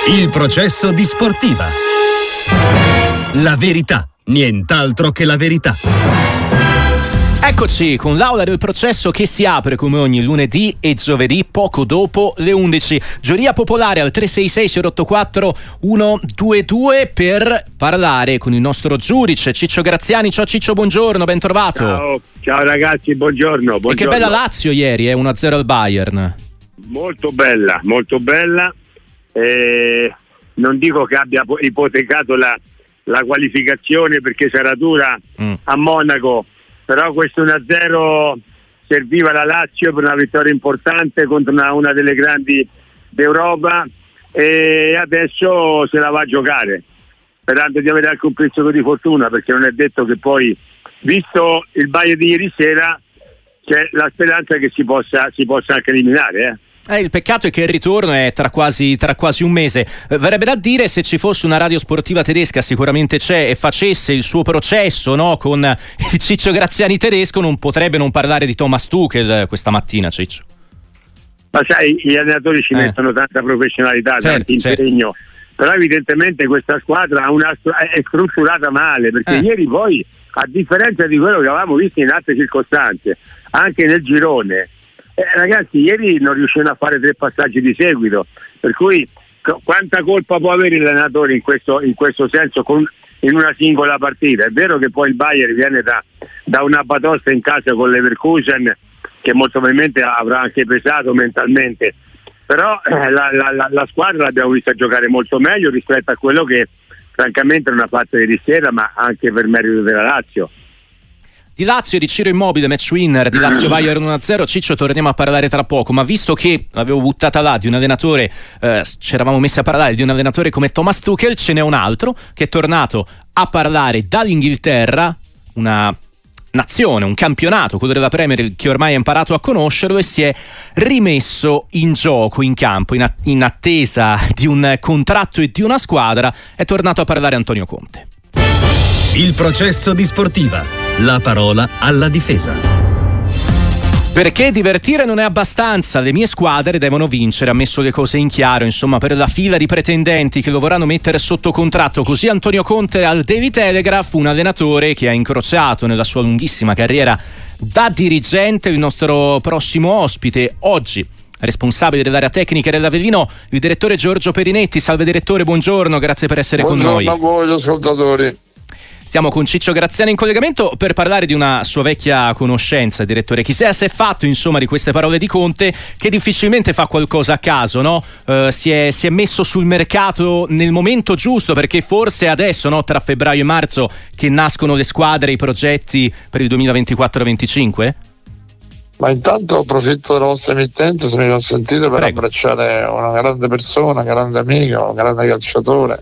Il processo di Sportiva. La verità, nient'altro che la verità. Eccoci con l'aula del processo che si apre come ogni lunedì e giovedì poco dopo le 11. Giuria popolare al 366-084-122 per parlare con il nostro giudice Ciccio Graziani. Ciao Ciccio, buongiorno, ben trovato. Ciao ragazzi, buongiorno. E che bella Lazio ieri, 1-0 al Bayern. Molto bella, molto bella. Non dico che abbia ipotecato la qualificazione perché sarà dura a Monaco, però questo 1-0 serviva la Lazio per una vittoria importante contro una delle grandi d'Europa e adesso se la va a giocare, sperando di avere anche un pizzico di fortuna, perché non è detto che poi, visto il Bayern di ieri sera, c'è la speranza che si possa anche eliminare. Il peccato è che il ritorno è tra quasi un mese. Verrebbe da dire, se ci fosse una radio sportiva tedesca, sicuramente c'è, e facesse il suo processo, no, con il Ciccio Graziani tedesco, non potrebbe non parlare di Thomas Tuchel questa mattina, Ciccio. Ma sai, gli allenatori ci mettono tanta professionalità, tanto impegno, però evidentemente questa squadra è strutturata male, perché ieri poi, a differenza di quello che avevamo visto in altre circostanze, anche nel girone, ragazzi, ieri non riuscivano a fare 3 passaggi di seguito, per cui quanta colpa può avere l'allenatore in questo senso in una singola partita? È vero che poi il Bayern viene da una batosta in casa con l'Leverkusen, che molto probabilmente avrà anche pesato mentalmente, però la squadra l'abbiamo vista giocare molto meglio rispetto a quello che francamente non ha fatto ieri sera, ma anche per merito della Lazio. Di Lazio, di Ciro Immobile, match winner, di Lazio Bayern 1-0, Ciccio, torneremo a parlare tra poco, ma visto che l'avevo buttata là di un allenatore, ci eravamo messi a parlare di un allenatore come Thomas Tuchel, ce n'è un altro che è tornato a parlare dall'Inghilterra, una nazione, un campionato, quello della Premier, che ormai ha imparato a conoscerlo, e si è rimesso in gioco, in campo, in attesa di un contratto e di una squadra. È tornato a parlare Antonio Conte. Il processo di Sportiva. La parola alla difesa. Perché divertire non è abbastanza, le mie squadre devono vincere, ha messo le cose in chiaro, insomma, per la fila di pretendenti che lo vorranno mettere sotto contratto. Così Antonio Conte al Daily Telegraph, un allenatore che ha incrociato nella sua lunghissima carriera da dirigente. Il nostro prossimo ospite oggi, responsabile dell'area tecnica dell'Avellino, il direttore Giorgio Perinetti. Salve direttore, buongiorno, grazie per essere con noi. Buongiorno a voi ascoltatori. Stiamo con Ciccio Graziani in collegamento per parlare di una sua vecchia conoscenza, direttore. Chi si è fatto, insomma, di queste parole di Conte, che difficilmente fa qualcosa a caso, no? Si è messo sul mercato nel momento giusto, perché forse adesso, no, tra febbraio e marzo, che nascono le squadre, i progetti per il 2024-25? Ma intanto approfitto della vostra emittente, se mi consentite, per abbracciare una grande persona, un grande amico, un grande calciatore,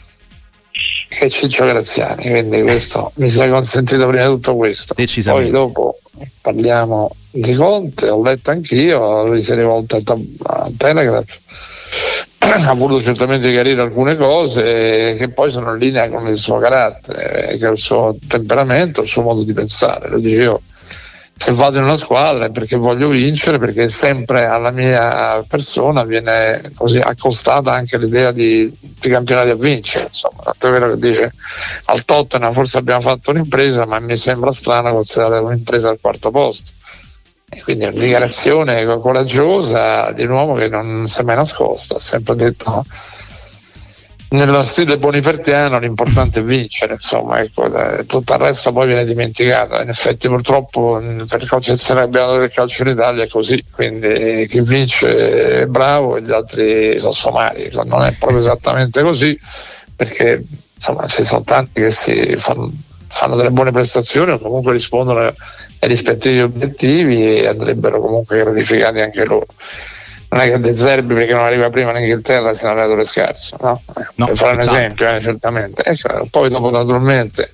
che è Ciccio Graziani, quindi questo mi sia consentito prima di tutto questo. Poi dopo parliamo di Conte, ho letto anch'io, lui si è rivolto a Telegraph, ha voluto certamente chiarire alcune cose che poi sono in linea con il suo carattere, che è il suo temperamento, il suo modo di pensare. Lo dicevo, io, se vado in una squadra è perché voglio vincere, perché sempre alla mia persona viene così accostata anche l'idea di campionati a vincere. Insomma, tanto è vero che dice al Tottenham forse abbiamo fatto un'impresa, ma mi sembra strano considerare un'impresa al 4º posto. E quindi è una dichiarazione coraggiosa di un uomo che non si è mai nascosto, ha sempre detto, no? Nello stile bonipertiano l'importante è vincere, insomma, ecco, tutto il resto poi viene dimenticato. In effetti purtroppo per il concezione che abbiamo del calcio in Italia è così, quindi chi vince è bravo e gli altri sono somari. Non è proprio esattamente così, perché insomma ci sono tanti che fanno delle buone prestazioni o comunque rispondono ai rispettivi obiettivi e andrebbero comunque gratificati anche loro. Non è che De Zerbi, perché non arriva prima in Inghilterra, sia un allenatore scarso, no? Per fare un esempio, certamente. Poi dopo naturalmente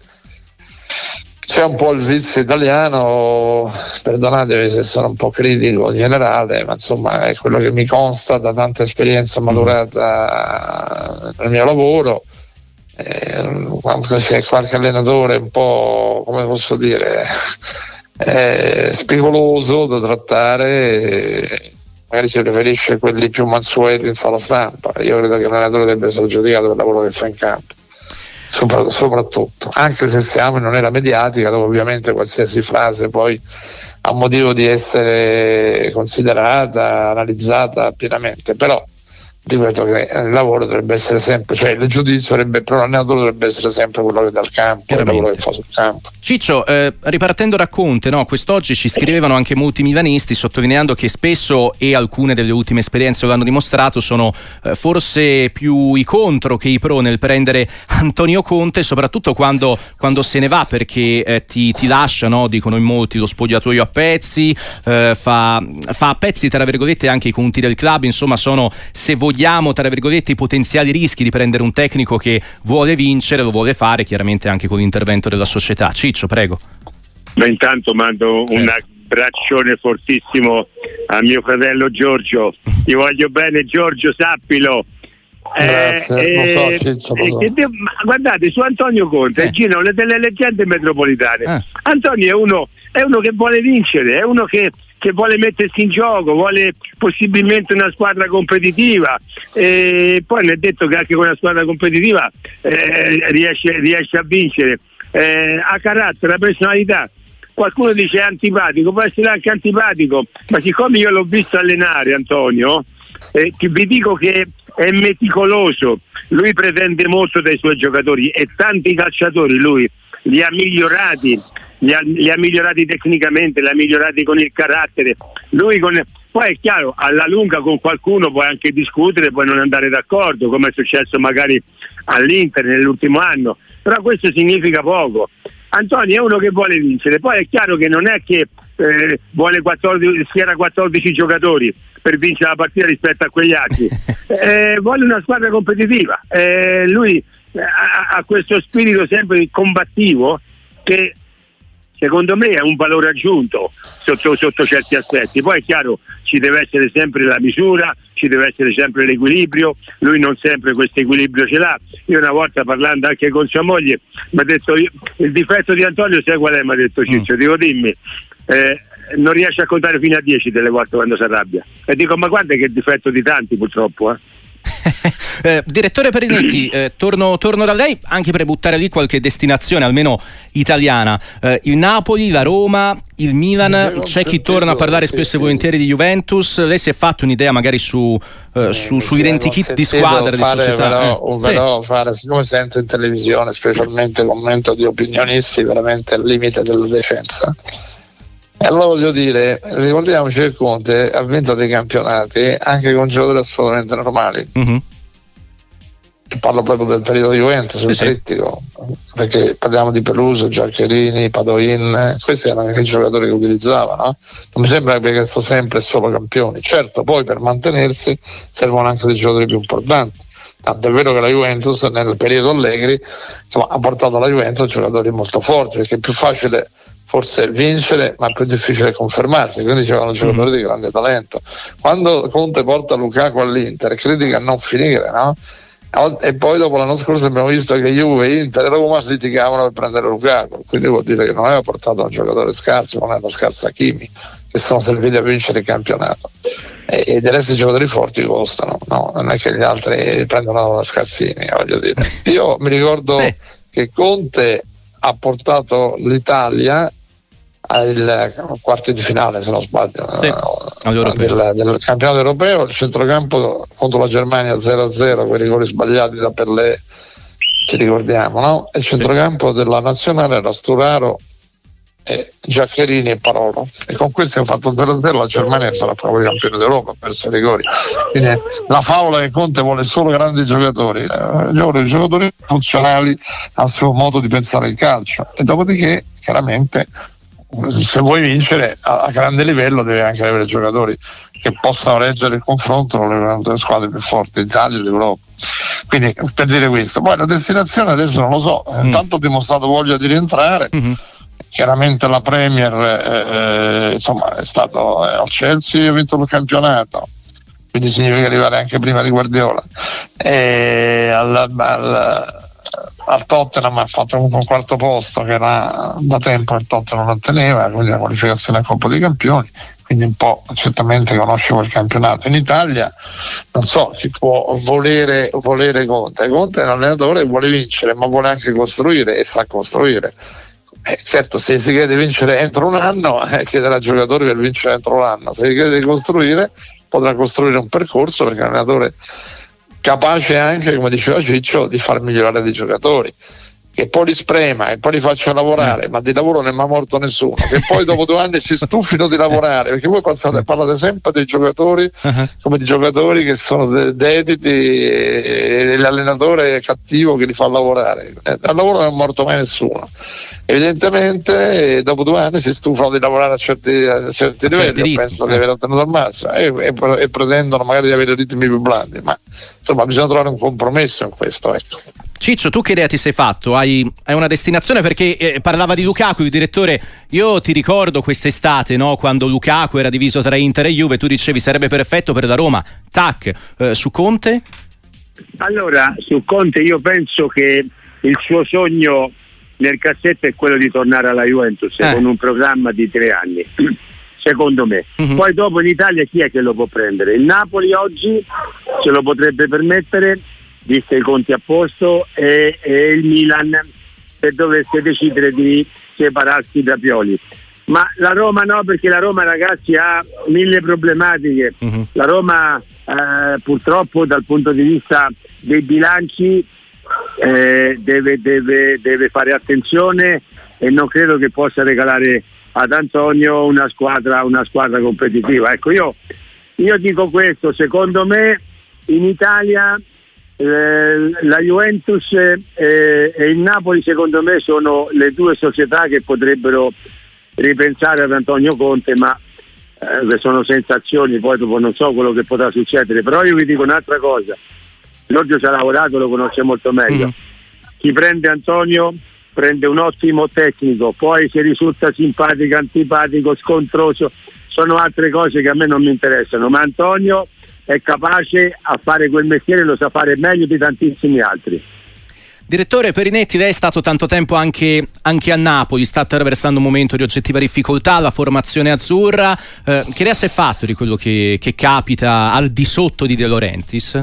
c'è un po' il vizio italiano, perdonatemi se sono un po' critico in generale, ma insomma è quello che mi consta da tanta esperienza maturata nel mio lavoro. Quando c'è qualche allenatore un po', come posso dire, spigoloso da trattare, magari si preferisce quelli più mansueti in sala stampa. Io credo che l'allenatore debba essere giudicato per il lavoro che fa in campo, soprattutto, anche se siamo in un'era mediatica dove ovviamente qualsiasi frase poi ha motivo di essere considerata, analizzata pienamente, però ripeto che il lavoro dovrebbe essere sempre, cioè il giudizio però l'allenatore dovrebbe essere sempre quello che dà il campo, il lavoro che fa sul campo. Ciccio, ripartendo da Conte, no? Quest'oggi ci scrivevano anche molti milanisti sottolineando che spesso, e alcune delle ultime esperienze lo hanno dimostrato, sono forse più i contro che i pro nel prendere Antonio Conte, soprattutto quando se ne va, perché ti lascia, no? Dicono in molti, lo spogliatoio a pezzi, fa a pezzi tra virgolette anche i conti del club, insomma sono, se vogliamo, tra virgolette, i potenziali rischi di prendere un tecnico che vuole vincere, lo vuole fare chiaramente anche con l'intervento della società. Ciccio, prego. Ma intanto mando un abbraccione fortissimo a mio fratello Giorgio, ti voglio bene Giorgio, sappilo. Grazie, Ciccio, ma guardate, su Antonio Conte girano delle leggende metropolitane. Antonio è uno che vuole vincere, è uno che vuole mettersi in gioco, vuole possibilmente una squadra competitiva, e poi ne è detto che anche con una squadra competitiva riesce a vincere, ha carattere, ha personalità. Qualcuno dice è antipatico, può essere anche antipatico, ma siccome io l'ho visto allenare Antonio, vi dico che è meticoloso, lui pretende molto dai suoi giocatori e tanti calciatori lui li ha migliorati tecnicamente, li ha migliorati con il carattere. Poi è chiaro, alla lunga con qualcuno puoi anche discutere, puoi non andare d'accordo, come è successo magari all'Inter nell'ultimo anno, però questo significa poco. Antonio è uno che vuole vincere, poi è chiaro che non è che vuole 14 giocatori per vincere la partita rispetto a quegli altri, vuole una squadra competitiva, lui ha questo spirito sempre combattivo che secondo me è un valore aggiunto sotto certi aspetti. Poi è chiaro, ci deve essere sempre la misura, ci deve essere sempre l'equilibrio, lui non sempre questo equilibrio ce l'ha. Io una volta parlando anche con sua moglie mi ha detto, il difetto di Antonio sai qual è? Mi ha detto Ciccio, dico dimmi, non riesce a contare fino a 10 delle volte quando si arrabbia, e dico ma guarda che è il difetto di tanti purtroppo. Direttore Perinetti, torno da lei anche per buttare lì qualche destinazione almeno italiana, il Napoli, la Roma, il Milan, c'è chi torna a parlare spesso e volentieri di Juventus. Lei si è fatto un'idea magari su identikit di squadra, di società? Però fare, siccome sento in televisione specialmente commento di opinionisti veramente al limite della decenza, e allora voglio dire, ricordiamoci che Conte ha vinto dei campionati anche con giocatori assolutamente normali. Parlo proprio del periodo di Juventus, sul trittico, perché parliamo di Peluso, Giaccherini, Padoin, questi erano anche i giocatori che utilizzava, no? Non mi sembra che questo sempre solo campioni. Certo, poi per mantenersi servono anche dei giocatori più importanti. Tanto è vero che la Juventus nel periodo Allegri ha portato la Juventus giocatori molto forti, perché è più facile forse vincere ma è più difficile confermarsi, quindi c'erano giocatori di grande talento. Quando Conte porta Lukaku all'Inter critica a non finire, no? E poi dopo l'anno scorso abbiamo visto che Juve, Inter e Roma si litigavano per prendere Lukaku, quindi vuol dire che non aveva portato un giocatore scarso, non era scarso Hakimi, che sono serviti a vincere il campionato, e del resto i giocatori forti costano, no? Non è che gli altri prendono scarsini, voglio dire. Io mi ricordo che Conte ha portato l'Italia al quarto di finale, se non sbaglio, del campionato europeo, il centrocampo contro la Germania 0-0 con i rigori sbagliati da Pellè, ci ricordiamo, no? E il centrocampo della nazionale era Sturaro, Giaccherini e Parolo, e con questo hanno fatto 0-0, la Germania sarà proprio campione d'Europa, ha perso i rigori. Quindi la favola che Conte vuole solo grandi giocatori, giocatori funzionali al suo modo di pensare il calcio, e dopodiché chiaramente se vuoi vincere a grande livello devi anche avere giocatori che possano reggere il confronto con le squadre più forti d'Italia e d'Europa. Quindi per dire questo, poi la destinazione adesso non lo so, intanto ho dimostrato voglia di rientrare. Chiaramente la Premier insomma è stato al Chelsea, ha vinto il campionato, quindi significa arrivare anche prima di Guardiola, e al Tottenham ha fatto comunque un quarto posto che da tempo il Tottenham non otteneva, quindi la qualificazione al Coppa dei Campioni. quindi un po' certamente conosce quel campionato. In Italia non so chi può volere Conte. Conte è un allenatore che vuole vincere, ma vuole anche costruire, e sa costruire. Certo, se si chiede di vincere entro un anno, chiederà ai giocatori per vincere entro un anno. Se si chiede di costruire, potrà costruire un percorso, perché è un allenatore capace anche, come diceva Ciccio, di far migliorare dei giocatori, che poi li sprema e poi li faccia lavorare, ma di lavoro non è mai morto nessuno, che poi dopo 2 anni si stufino di lavorare, perché voi parlate sempre dei giocatori come di giocatori che sono dediti e l'allenatore è cattivo che li fa lavorare. Al lavoro non è morto mai nessuno. Evidentemente dopo 2 anni si stufano di lavorare a certi livelli, pensano di aver ottenuto il massimo e pretendono magari di avere ritmi più blandi, ma insomma bisogna trovare un compromesso in questo, ecco. Ciccio, tu che idea ti sei fatto? Hai una destinazione? Perché parlava di Lukaku, il direttore. Io ti ricordo quest'estate, no? Quando Lukaku era diviso tra Inter e Juve, tu dicevi sarebbe perfetto per la Roma. Tac, su Conte? Allora, su Conte io penso che il suo sogno nel cassetto è quello di tornare alla Juventus con un programma di 3 anni, secondo me. Poi dopo in Italia chi è che lo può prendere? Il Napoli oggi se lo potrebbe permettere, visto i conti a posto, e il Milan se dovesse decidere di separarsi da Pioli. Ma la Roma no, perché la Roma, ragazzi, ha 1000 problematiche. La Roma purtroppo dal punto di vista dei bilanci deve fare attenzione, e non credo che possa regalare ad Antonio una squadra competitiva. Ecco, io dico questo: secondo me in Italia la Juventus e il Napoli, secondo me, sono le 2 società che potrebbero ripensare ad Antonio Conte, ma sono sensazioni, poi dopo non so quello che potrà succedere. Però io vi dico un'altra cosa: Giorgio ci ha lavorato, lo conosce molto meglio. Chi prende Antonio prende un ottimo tecnico, poi se risulta simpatico, antipatico, scontroso, sono altre cose che a me non mi interessano, ma Antonio è capace a fare quel mestiere, lo sa fare meglio di tantissimi altri. Direttore Perinetti, lei è stato tanto tempo anche a Napoli, sta attraversando un momento di oggettiva difficoltà, la formazione azzurra. Che idea si è fatto di quello che capita al di sotto di De Laurentiis?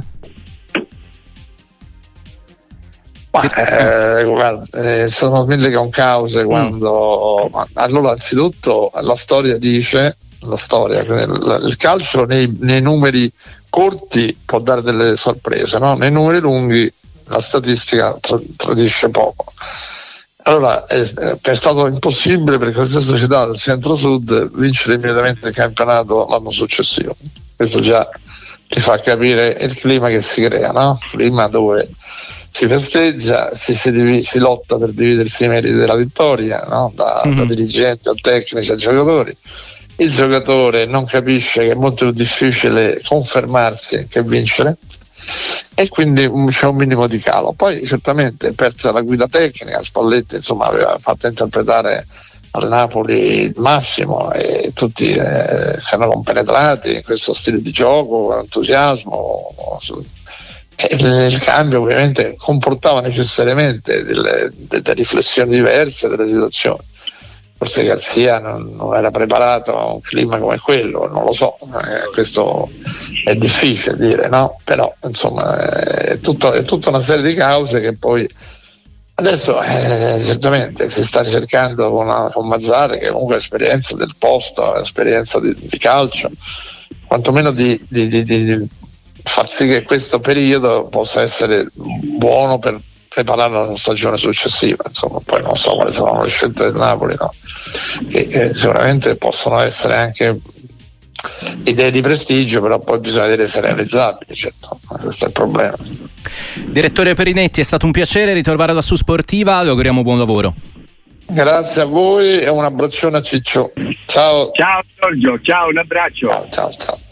Sono 1000 che un caos quando allora, anzitutto la storia dice il calcio nei numeri corti può dare delle sorprese, no? Nei numeri lunghi la statistica tradisce poco. Allora è stato impossibile per questa società del centro-sud vincere immediatamente il campionato l'anno successivo. Questo già ti fa capire il clima che si crea, no? Clima dove si festeggia, si lotta per dividersi i meriti della vittoria, no? Da dirigenti a tecnici a giocatori. Il giocatore non capisce che è molto più difficile confermarsi che vincere, e quindi c'è un minimo di calo. Poi certamente persa la guida tecnica, Spalletti insomma aveva fatto interpretare al Napoli il massimo e tutti si erano compenetrati in questo stile di gioco con entusiasmo. Il cambio ovviamente comportava necessariamente delle riflessioni diverse delle situazioni. Forse Garzia non era preparato a un clima come quello, non lo so, questo è difficile dire, no? Però insomma è tutta una serie di cause che poi adesso certamente si sta ricercando con Mazzarri, che comunque ha esperienza del posto, esperienza di calcio, quantomeno di far sì che questo periodo possa essere buono per preparare la stagione successiva. Insomma, poi non so quali saranno le scelte del Napoli, no? Che sicuramente possono essere anche idee di prestigio, però poi bisogna vedere se realizzabili, certo, questo è il problema. Direttore Perinetti, è stato un piacere ritrovare la Su Sportiva, le auguriamo buon lavoro. Grazie a voi e un abbraccione a Ciccio. Ciao Giorgio, ciao, un abbraccio. Ciao.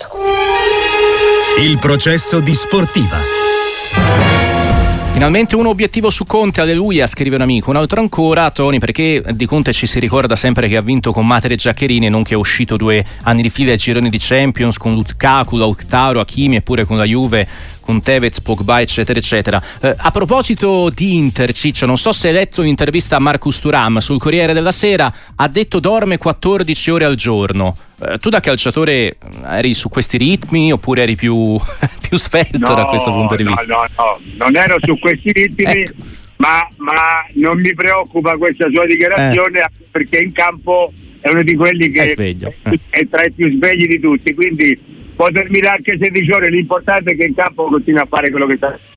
Il processo di Sportiva. Finalmente un obiettivo su Conte, alleluia, scrive un amico. Un altro ancora, Tony, perché di Conte ci si ricorda sempre che ha vinto con Mater e Giaccherini e non che è uscito 2 anni di fila ai gironi di Champions con Lukaku, Lautaro, Hakimi e pure con la Juve, con Tevez, Pogba, eccetera eccetera. A proposito di Inter, Ciccio, non so se hai letto l'intervista a Marcus Thuram sul Corriere della Sera, ha detto dorme 14 ore al giorno. Tu da calciatore eri su questi ritmi oppure eri più svelto da questo punto di vista? No, non ero su questi ritmi. Ecco. Ma non mi preoccupa questa sua dichiarazione, perché in campo è uno di quelli che è tra i più svegli di tutti, quindi può dormire anche 16 ore, l'importante è che in campo continui a fare quello che sta